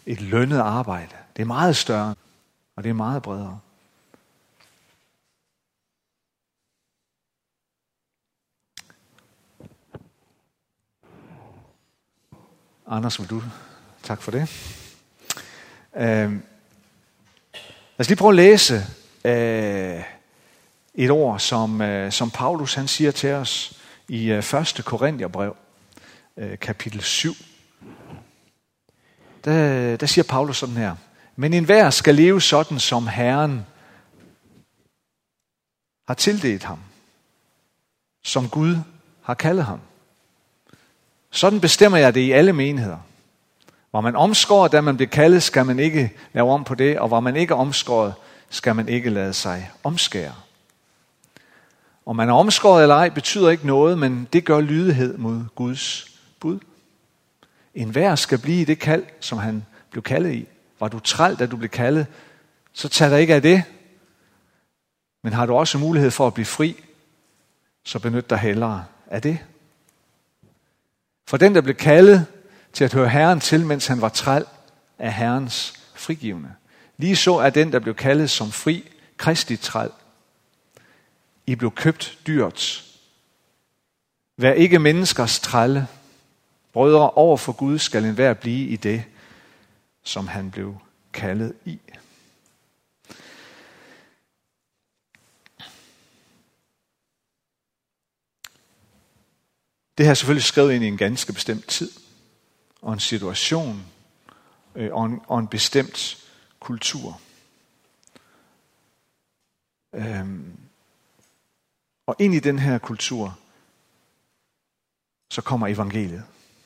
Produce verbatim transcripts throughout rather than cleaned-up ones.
et lønnet arbejde. Det er meget større, og det er meget bredere. Anders, vil du? Tak for det. Øh, lad os lige prøve at læse øh, et ord, som, øh, som Paulus han siger til os i øh, første Korintherbrev, øh, kapitel syv. Der, der siger Paulus sådan her: men enhver skal leve sådan, som Herren har tildelt ham, som Gud har kaldet ham. Sådan bestemmer jeg det i alle menigheder. Hvor man omskårer, da man bliver kaldet, skal man ikke lave om på det, og hvor man ikke er omskåret, skal man ikke lade sig omskære. Om man er omskåret eller ej, betyder ikke noget, men det gør lydighed mod Guds bud. Enhver skal blive i det kald, som han blev kaldet i. Var du træl, da du blev kaldet, så tag dig ikke af det. Men har du også mulighed for at blive fri, så benyt dig hellere af det. For den, der blev kaldet til at høre Herren til, mens han var træl, er Herrens frigivne. Lige så er den, der blev kaldet som fri, Kristi træl. I blev købt dyrt. Vær ikke menneskers trælle. Brødre, over for Gud skal enhver blive i det, som han blev kaldet i. Det her er selvfølgelig skrevet ind i en ganske bestemt tid, og en situation, øh, og, en, og en bestemt kultur. Øhm, og ind i den her kultur, så kommer evangeliet.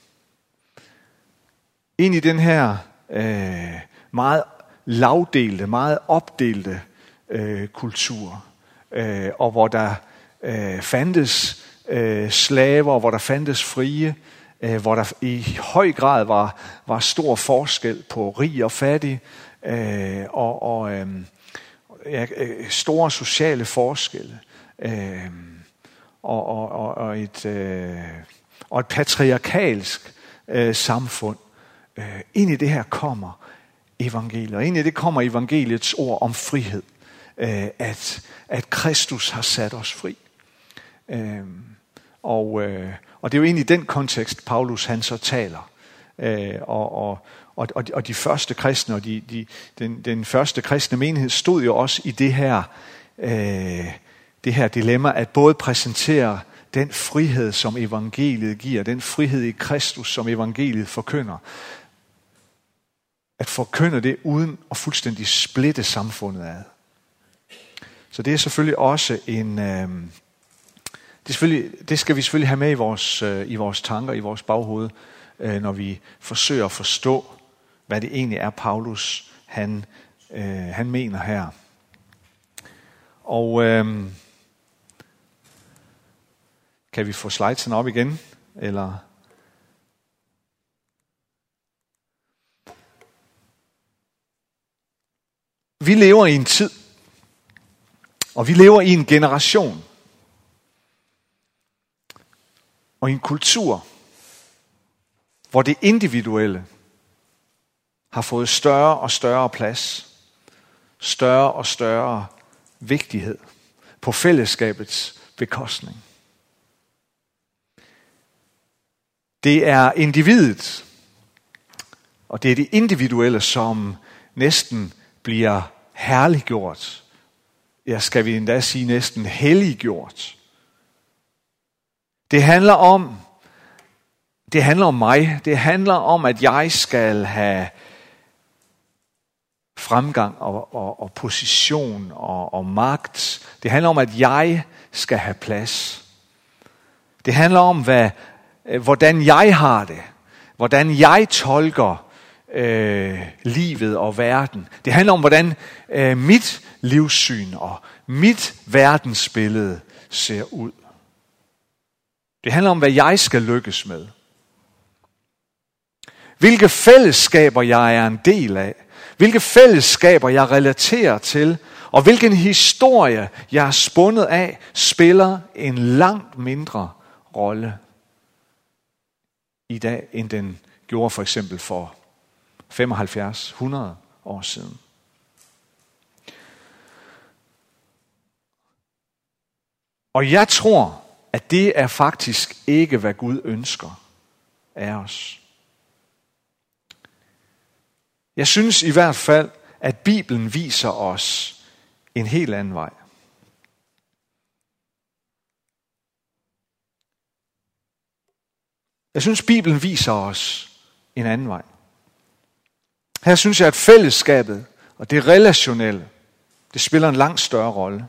Ind i den her øh, meget lavdelte, meget opdelte øh, kultur, øh, og hvor der øh, fandtes øh, slaver, hvor der fandtes frie, øh, hvor der i høj grad var, var stor forskel på rig og fattig, øh, og, og øh, ja, store sociale forskelle, øh, og, og, og, og, et, øh, og et patriarkalsk øh, samfund. Øh, ind i det her kommer evangeliet, og ind i det kommer evangeliets ord om frihed, øh, at, at Kristus har sat os fri. Øh, og, øh, og det er jo egentlig i den kontekst, Paulus han så taler. Øh, og, og, og, og de første kristne, og de, de, den, den første kristne menighed stod jo også i det her, øh, det her dilemma, at både præsentere den frihed, som evangeliet giver, den frihed i Kristus, som evangeliet forkynder, at forkynde det uden at fuldstændig splitte samfundet ad. Så det er selvfølgelig også en, øh, det, er selvfølgelig, det skal vi selvfølgelig have med i vores, øh, i vores tanker, i vores baghoved, øh, når vi forsøger at forstå, hvad det egentlig er, Paulus han, øh, han mener her. Og øh, kan vi få slidesen op igen? Eller vi lever i en tid, og vi lever i en generation, og i en kultur, hvor det individuelle har fået større og større plads, større og større vigtighed på fællesskabets bekostning. Det er individet, og det er det individuelle, som næsten bliver herliggjort. Ja, skal vi endda sige næsten helliggjort. Det handler om, det handler om mig. Det handler om, at jeg skal have fremgang og, og, og position og, og magt. Det handler om, at jeg skal have plads. Det handler om, hvad, hvordan jeg har det. Hvordan jeg tolker øh, livet og verden. Det handler om, hvordan øh, mit livssyn og mit verdensbillede ser ud. Det handler om, hvad jeg skal lykkes med. Hvilke fællesskaber jeg er en del af. Hvilke fællesskaber jeg relaterer til. Og hvilken historie jeg er spundet af, spiller en langt mindre rolle i dag, end den gjorde for eksempel for, femoghalvfjerds, hundrede år siden. Og jeg tror, at det er faktisk ikke, hvad Gud ønsker af os. Jeg synes i hvert fald, at Bibelen viser os en helt anden vej. Jeg synes, Bibelen viser os en anden vej. Her synes jeg, at fællesskabet og det relationelle, det spiller en langt større rolle.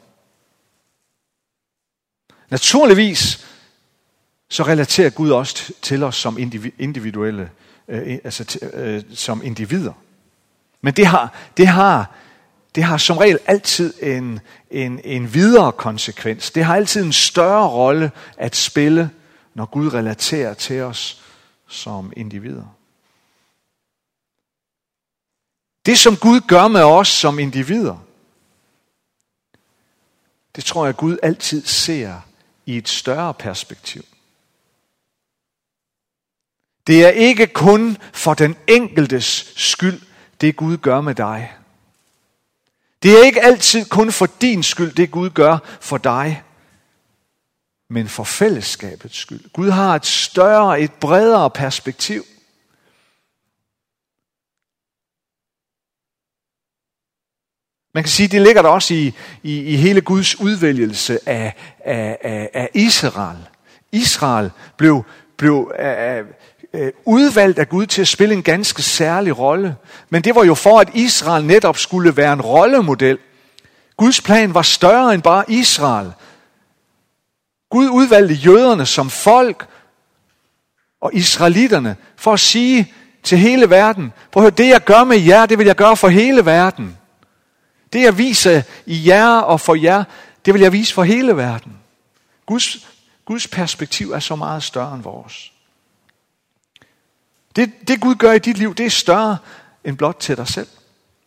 Naturligvis så relaterer Gud også til os som individuelle, øh, altså øh, som individer. Men det har, det har, det har som regel altid en, en, en videre konsekvens. Det har altid en større rolle at spille, når Gud relaterer til os som individer. Det, som Gud gør med os som individer, det tror jeg, Gud altid ser i et større perspektiv. Det er ikke kun for den enkeltes skyld, det Gud gør med dig. Det er ikke altid kun for din skyld, det Gud gør for dig, men for fællesskabets skyld. Gud har et større, et bredere perspektiv. Man kan sige, det ligger der også i, i, i hele Guds udvælgelse af, af, af, af Israel. Israel blev, blev af, af, udvalgt af Gud til at spille en ganske særlig rolle. Men det var jo for, at Israel netop skulle være en rollemodel. Guds plan var større end bare Israel. Gud udvalgte jøderne som folk og israelitterne for at sige til hele verden, prøv at høre, det jeg gør med jer, det vil jeg gøre for hele verden. Det jeg viser i jer og for jer, det vil jeg vise for hele verden. Guds, Guds perspektiv er så meget større end vores. Det, det Gud gør i dit liv, det er større end blot til dig selv.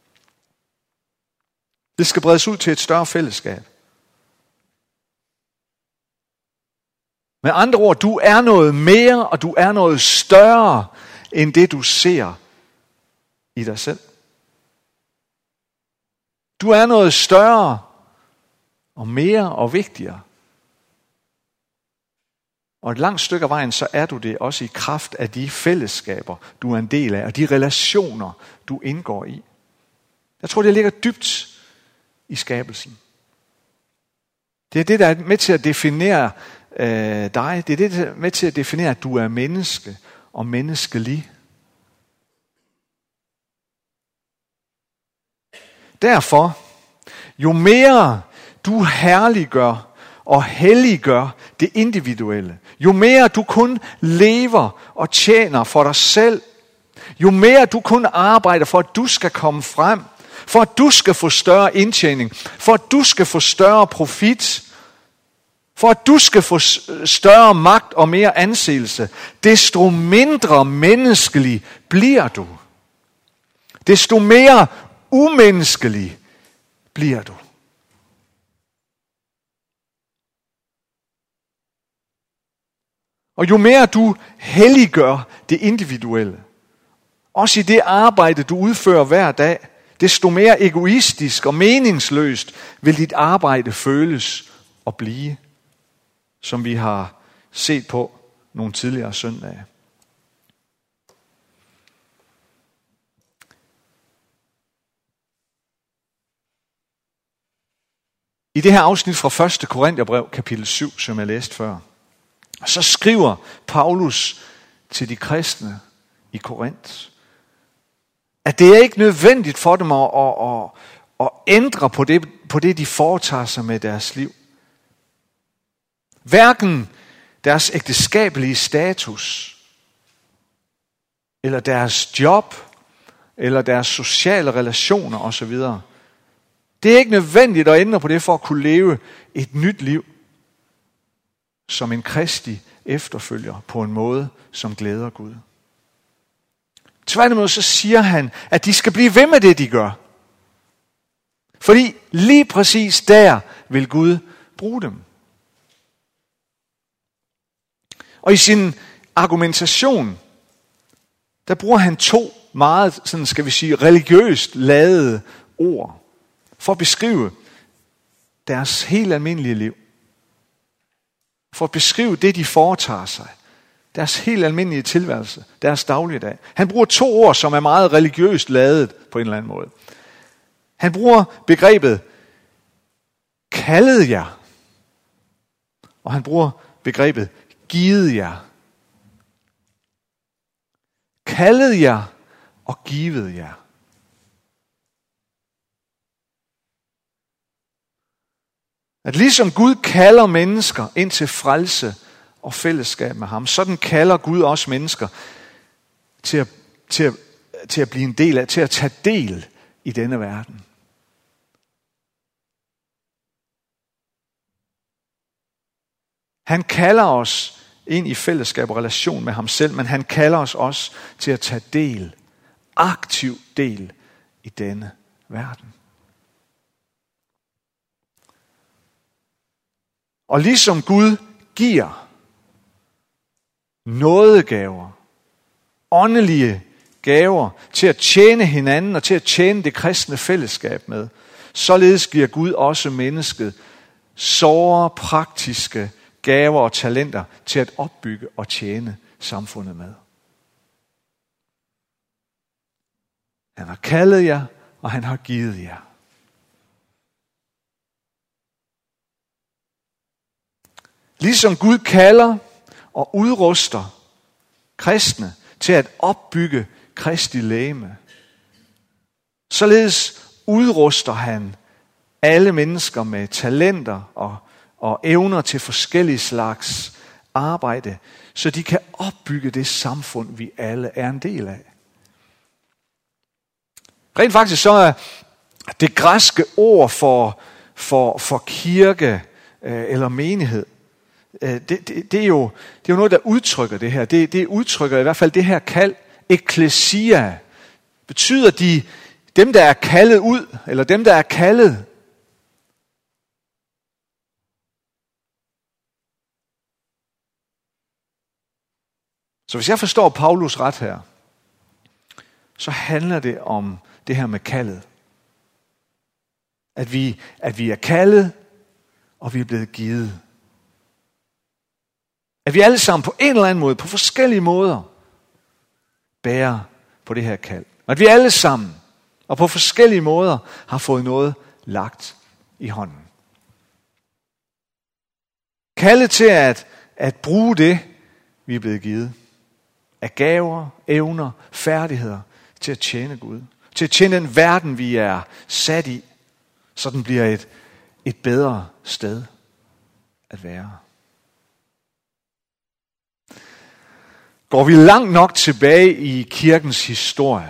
Det skal bredes ud til et større fællesskab. Med andre ord, du er noget mere, og du er noget større, end det du ser i dig selv. Du er noget større, og mere og vigtigere. Og et langt stykke af vejen, så er du det også i kraft af de fællesskaber, du er en del af, og de relationer, du indgår i. Jeg tror, det ligger dybt i skabelsen. Det er det, der er med til at definere øh, dig. Det er det, der er med til at definere, at du er menneske og menneskelig. Derfor, jo mere du herliggør og helliggør det individuelle, jo mere du kun lever og tjener for dig selv, jo mere du kun arbejder for, at du skal komme frem, for at du skal få større indtjening, for at du skal få større profit, for at du skal få større magt og mere anseelse, desto mindre menneskelig bliver du. Desto mere umenneskelig bliver du. Og jo mere du helliggør det individuelle, også i det arbejde, du udfører hver dag, desto mere egoistisk og meningsløst vil dit arbejde føles og blive, som vi har set på nogle tidligere søndage. I det her afsnit fra første Korintherbrev, kapitel syv, som jeg læste før, så skriver Paulus til de kristne i Korinth, at det er ikke nødvendigt for dem at, at, at, at ændre på det, på det, de foretager sig med deres liv. Hverken deres ægteskabelige status, eller deres job, eller deres sociale relationer osv. Det er ikke nødvendigt at ændre på det for at kunne leve et nyt liv som en Kristi efterfølger på en måde, som glæder Gud. Tværtimod så siger han, at de skal blive ved med det, de gør. Fordi lige præcis der vil Gud bruge dem. Og i sin argumentation, der bruger han to meget, sådan skal vi sige, religiøst ladede ord for at beskrive deres helt almindelige liv. For at beskrive det, de foretager sig. Deres helt almindelige tilværelse. Deres dagligdag. Han bruger to ord, som er meget religiøst ladet på en eller anden måde. Han bruger begrebet kaldet jer. Og han bruger begrebet givet jer. Kaldet jer og givet jer. At ligesom Gud kalder mennesker ind til frelse og fællesskab med ham, sådan kalder Gud også mennesker til at, til at, til at blive en del af, til at tage del i denne verden. Han kalder os ind i fællesskab og relation med ham selv, men han kalder os også til at tage del, aktiv del i denne verden. Og ligesom Gud giver nådegaver, åndelige gaver til at tjene hinanden og til at tjene det kristne fællesskab med, således giver Gud også mennesket såre praktiske gaver og talenter til at opbygge og tjene samfundet med. Han har kaldet jer, og han har givet jer. Ligesom Gud kalder og udruster kristne til at opbygge Kristi legeme, således udruster han alle mennesker med talenter og, og evner til forskellige slags arbejde, så de kan opbygge det samfund, vi alle er en del af. Rent faktisk så er det græske ord for, for, for kirke øh, eller menighed, Det, det, det, er jo, det er jo noget, der udtrykker det her. Det, det udtrykker i hvert fald det her kald, ekklesia. Betyder de, dem der er kaldet ud, eller dem der er kaldet. Så hvis jeg forstår Paulus ret her, så handler det om det her med kaldet. At vi, at vi er kaldet, og vi er blevet givet. At vi alle sammen på en eller anden måde, på forskellige måder, bærer på det her kald. Og at vi alle sammen, og på forskellige måder, har fået noget lagt i hånden. Kaldet til at, at bruge det, vi er blevet givet. Af gaver, evner, færdigheder til at tjene Gud. Til at tjene den verden, vi er sat i, så den bliver et, et bedre sted at være. Går vi langt nok tilbage i kirkens historie,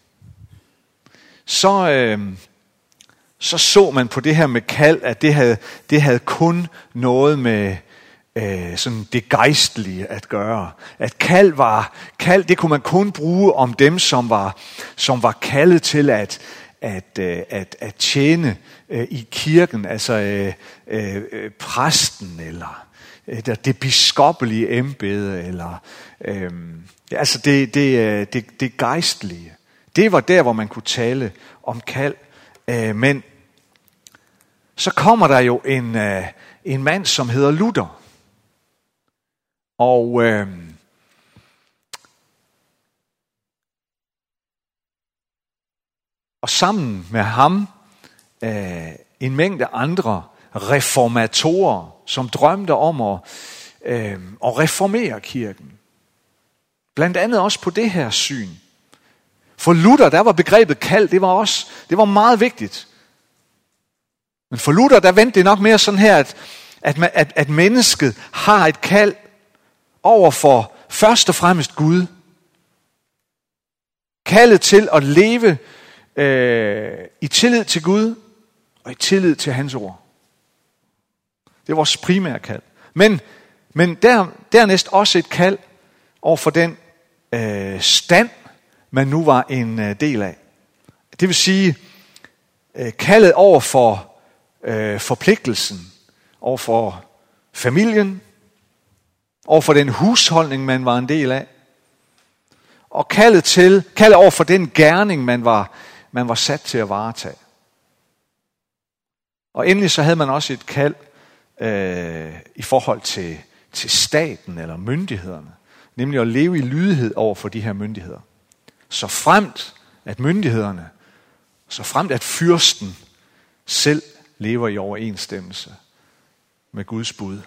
så, øh, så så man på det her med kald, at det havde, det havde kun noget med øh, sådan det gejstlige at gøre. At kald var kald, det kunne man kun bruge om dem, som var, som var kaldet til at, at, øh, at, at tjene øh, i kirken, altså øh, øh, præsten eller det, det biskoppelige embede, eller øhm, altså det, det, det, det gejstlige. Det var der, hvor man kunne tale om kald. Øh, men så kommer der jo en, øh, en mand, som hedder Luther. Og øh, og sammen med ham øh, en mængde andre reformatorer, som drømte om at, øh, at reformere kirken. Blandt andet også på det her syn. For Luther, der var begrebet kald, det var også, det var meget vigtigt. Men for Luther, der vendte det nok mere sådan her, at, at, at, at mennesket har et kald over for først og fremmest Gud. Kaldet til at leve øh, i tillid til Gud og i tillid til hans ord. Det er vores primære kald. Men, men der, dernæst også et kald over for den øh, stand, man nu var en øh, del af. Det vil sige øh, kaldet over for øh, forpligtelsen, over for familien, over for den husholdning, man var en del af, og kaldet til, kaldet over for den gerning, man var, man var sat til at varetage. Og endelig så havde man også et kald øh, i forhold til, til staten eller myndighederne, nemlig at leve i lydighed over for de her myndigheder. Så fremt at myndighederne, så fremt at fyrsten selv lever i overensstemmelse med Guds bud.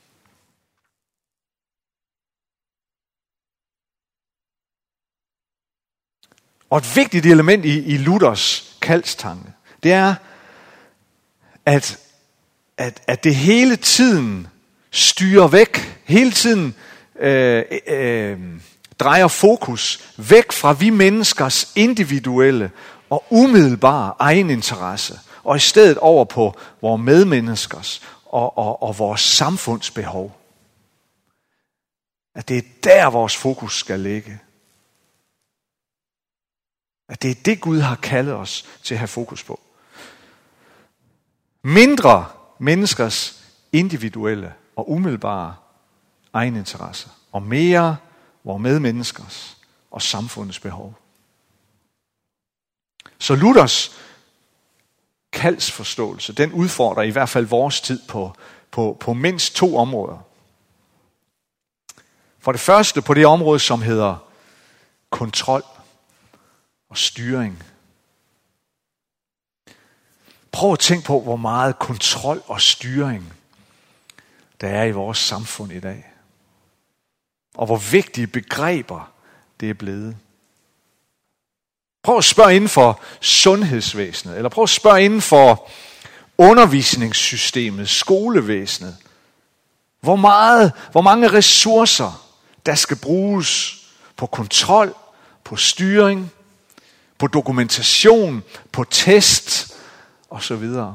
Og et vigtigt element i, i Luthers kaldstanke, det er, at, at, at det hele tiden styrer væk, hele tiden øh, øh, drejer fokus væk fra vi menneskers individuelle og umiddelbare egeninteresse, og i stedet over på vores medmenneskers og, og, og vores samfundsbehov. At det er der, vores fokus skal ligge. At det er det, Gud har kaldet os til at have fokus på. Mindre menneskers individuelle og umiddelbare egeninteresse, og mere vores medmenneskers og samfundets behov. Så Luthers kaldsforståelse, den udfordrer i hvert fald vores tid på, på, på mindst to områder. For det første på det område, som hedder kontrol og styring. Prøv at tænke på, hvor meget kontrol og styring der er i vores samfund i dag. Og hvor vigtige begreber det er blevet. Prøv at spørge inden for sundhedsvæsenet, eller prøv at spørge inden for undervisningssystemet, skolevæsenet. Hvor meget, hvor mange ressourcer der skal bruges på kontrol, på styring, på dokumentation, på test og så videre.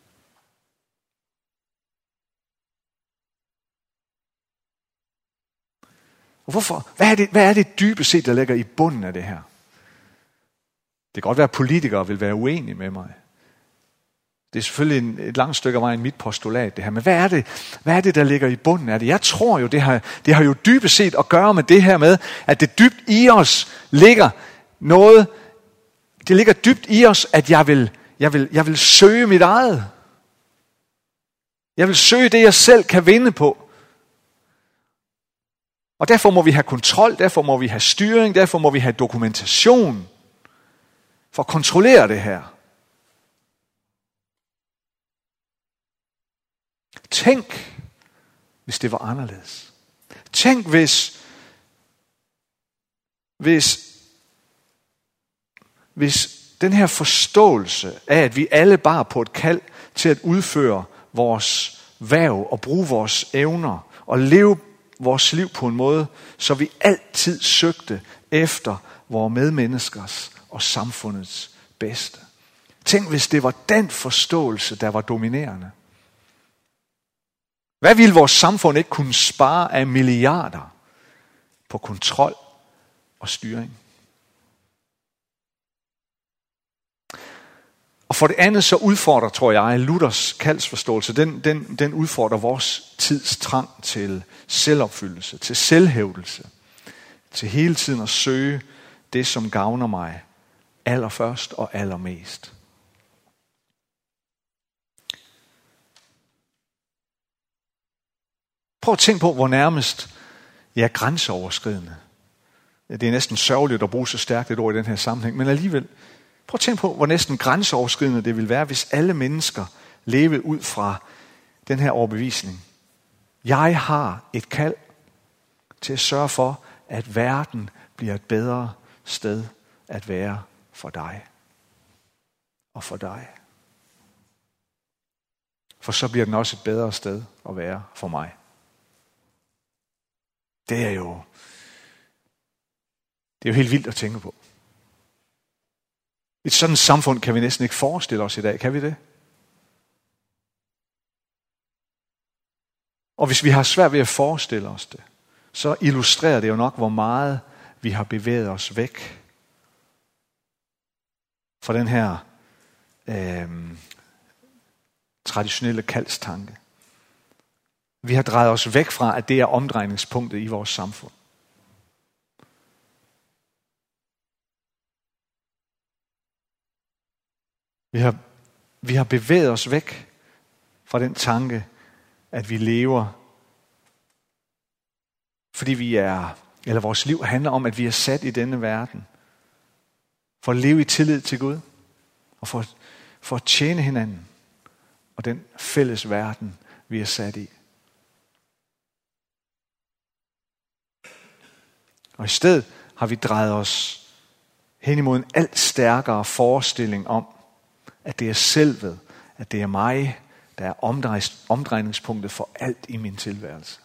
Og hvorfor? Hvad er det, hvad er det dybest set, der ligger i bunden af det her? Det kan godt være, at politikere vil være uenige med mig. Det er selvfølgelig en, et langt stykke af vejen mit postulat, det her. Men hvad er det, hvad er det der ligger i bunden af det? Jeg tror jo, det har, det har jo dybest set at gøre med det her med, at det dybt i os ligger noget. Det ligger dybt i os, at jeg vil, jeg vil, jeg vil søge mit eget. Jeg vil søge det, jeg selv kan vinde på. Og derfor må vi have kontrol, derfor må vi have styring, derfor må vi have dokumentation for at kontrollere det her. Tænk, hvis det var anderledes. Tænk, hvis, hvis, hvis den her forståelse af, at vi alle bare på et kald til at udføre vores hverv og bruge vores evner og leve vores liv på en måde, så vi altid søgte efter vores medmenneskers og samfundets bedste. Tænk, hvis det var den forståelse, der var dominerende. Hvad ville vores samfund ikke kunne spare af milliarder på kontrol og styring? Og for det andet så udfordrer, tror jeg, Luthers kaldsforståelse, den, den, den udfordrer vores tids trang til selvopfyldelse, til selvhævdelse, til hele tiden at søge det, som gavner mig allerførst og allermest. Prøv at tænke på, hvor nærmest jeg er grænseoverskridende. Det er næsten sørgeligt at bruge så stærkt et ord i den her sammenhæng, men alligevel, prøv at tænke på, hvor næsten grænseoverskridende det vil være, hvis alle mennesker levede ud fra den her overbevisning. Jeg har et kald til at sørge for, at verden bliver et bedre sted at være for dig og for dig. For så bliver den også et bedre sted at være for mig. Det er jo, det er jo helt vildt at tænke på. Et sådan samfund kan vi næsten ikke forestille os i dag, kan vi det? Og hvis vi har svært ved at forestille os det, så illustrerer det jo nok, hvor meget vi har bevæget os væk fra den her øh, traditionelle kaldstanke. Vi har drejet os væk fra, at det er omdrejningspunktet i vores samfund. Vi har, vi har bevæget os væk fra den tanke, at vi lever, fordi vi er, eller vores liv handler om, at vi er sat i denne verden, for at leve i tillid til Gud, og for, for at tjene hinanden, og den fælles verden, vi er sat i. Og i stedet har vi drejet os hen imod en alt stærkere forestilling om, at det er selvet, at det er mig, der er omdrejningspunktet for alt i min tilværelse.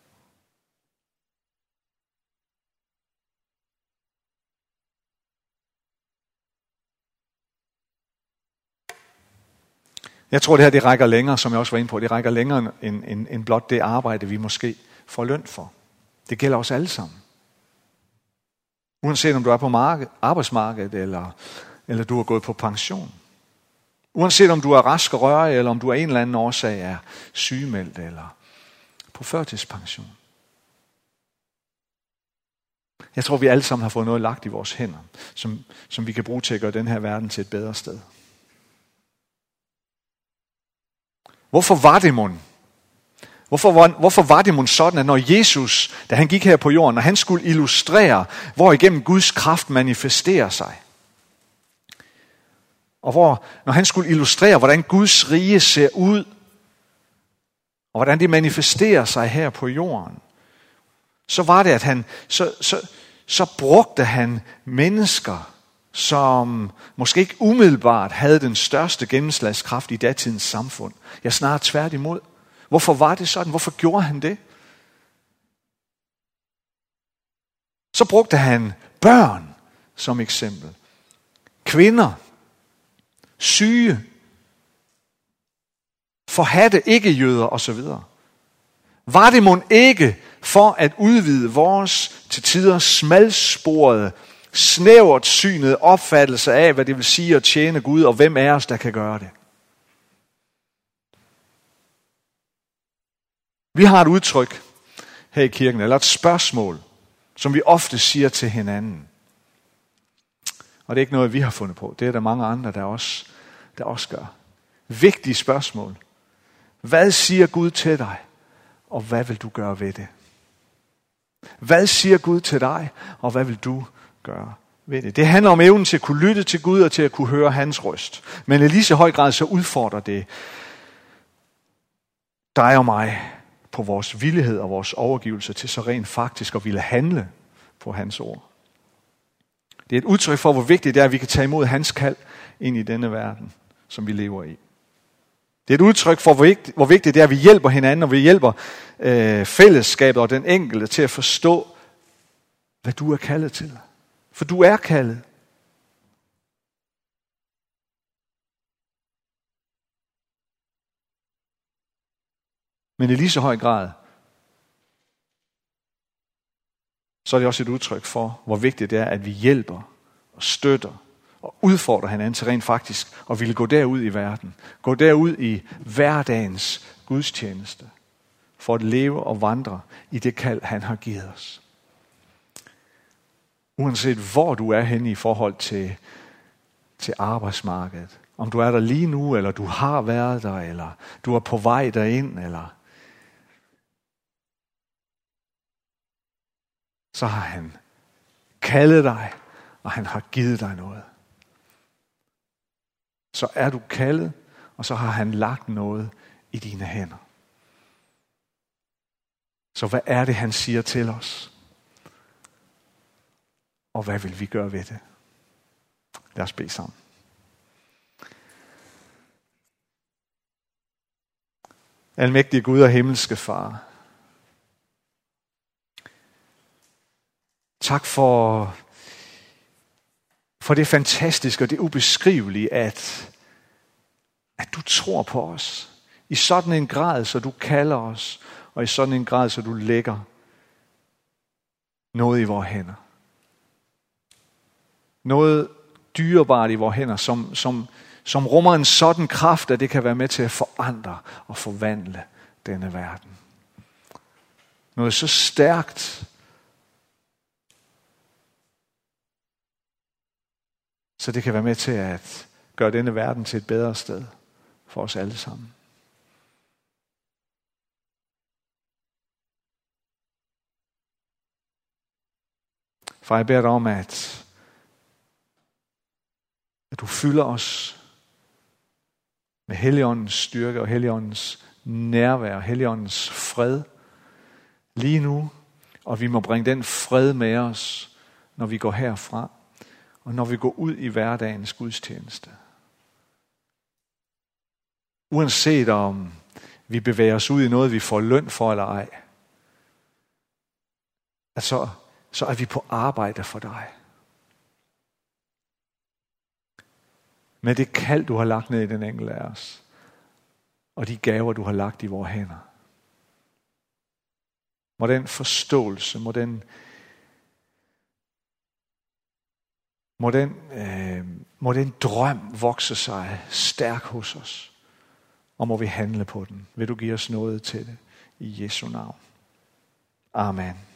Jeg tror, det her det rækker længere, som jeg også var inde på. Det rækker længere end, end, end blot det arbejde, vi måske får løn for. Det gælder os alle sammen. Uanset om du er på marked, arbejdsmarkedet, eller, eller du er gået på pension. Uanset om du er rask og rørig, eller om du af en eller anden årsag er sygemeldt, eller på førtidspension. Jeg tror, vi alle sammen har fået noget lagt i vores hænder, som, som vi kan bruge til at gøre den her verden til et bedre sted. Hvorfor var det mon? Hvorfor var, hvorfor var det mon sådan, at når Jesus, da han gik her på jorden, når han skulle illustrere, hvor igennem Guds kraft manifesterer sig, og hvor, når han skulle illustrere, hvordan Guds rige ser ud, og hvordan det manifesterer sig her på jorden, så var det, at han, så, så, så brugte han mennesker, som måske ikke umiddelbart havde den største gennemslagskraft i datidens samfund. Jeg snarere tværtimod. Hvorfor var det sådan? Hvorfor gjorde han det? Så brugte han børn som eksempel. Kvinder. Syge. Forhadte ikke-jøder osv. Var det mon ikke for at udvide vores til tider smalsporede, snævert synet opfattelse af, hvad det vil sige at tjene Gud, og hvem er os, der kan gøre det? Vi har et udtryk her i kirken, eller et spørgsmål, som vi ofte siger til hinanden. Og det er ikke noget, vi har fundet på. Det er der mange andre, der også, der også gør. Vigtige spørgsmål. Hvad siger Gud til dig, og hvad vil du gøre ved det? Hvad siger Gud til dig, og hvad vil du gøre ved det? Det handler om evnen til at kunne lytte til Gud og til at kunne høre hans røst. Men i lige så høj grad så udfordrer det dig og mig på vores villighed og vores overgivelse til så rent faktisk at ville handle på hans ord. Det er et udtryk for, hvor vigtigt det er, at vi kan tage imod hans kald ind i denne verden, som vi lever i. Det er et udtryk for, hvor vigtigt, hvor vigtigt det er, at vi hjælper hinanden, og vi hjælper øh, fællesskabet og den enkelte til at forstå, hvad du er kaldet til. For du er kaldet. Men i lige så høj grad, så er det også et udtryk for, hvor vigtigt det er, at vi hjælper og støtter og udfordrer hinanden til rent faktisk at ville gå derud i verden. Gå derud i hverdagens gudstjeneste for at leve og vandre i det kald, han har givet os. Uanset hvor du er henne i forhold til, til arbejdsmarkedet. Om du er der lige nu, eller du har været der, eller du er på vej derind, eller så har han kaldet dig, og han har givet dig noget. Så er du kaldet, og så har han lagt noget i dine hænder. Så hvad er det, han siger til os? Og hvad vil vi gøre ved det? Lad os bede sammen. Almægtige Gud og himmelske Far, tak for, for det fantastiske og det ubeskrivelige, at, at du tror på os i sådan en grad, så du kalder os, og i sådan en grad, så du lægger noget i vores hænder. Noget dyrebart i vores hænder, som, som, som rummer en sådan kraft, at det kan være med til at forandre og forvandle denne verden. Noget så stærkt, så det kan være med til at gøre denne verden til et bedre sted for os alle sammen. Far, jeg beder dig om, at, at du fylder os med Helligåndens styrke og Helligåndens nærvær og Helligåndens fred lige nu, og vi må bringe den fred med os, når vi går herfra, og når vi går ud i hverdagens gudstjeneste. Uanset om vi bevæger os ud i noget, vi får løn for eller ej, altså, så er vi på arbejde for dig. Med det kald, du har lagt ned i den enkelte af os, og de gaver, du har lagt i vores hænder. Må den forståelse, må den, må den, øh, må den drøm vokse sig stærk hos os, og må vi handle på den. Vil du give os noget til det i Jesu navn. Amen.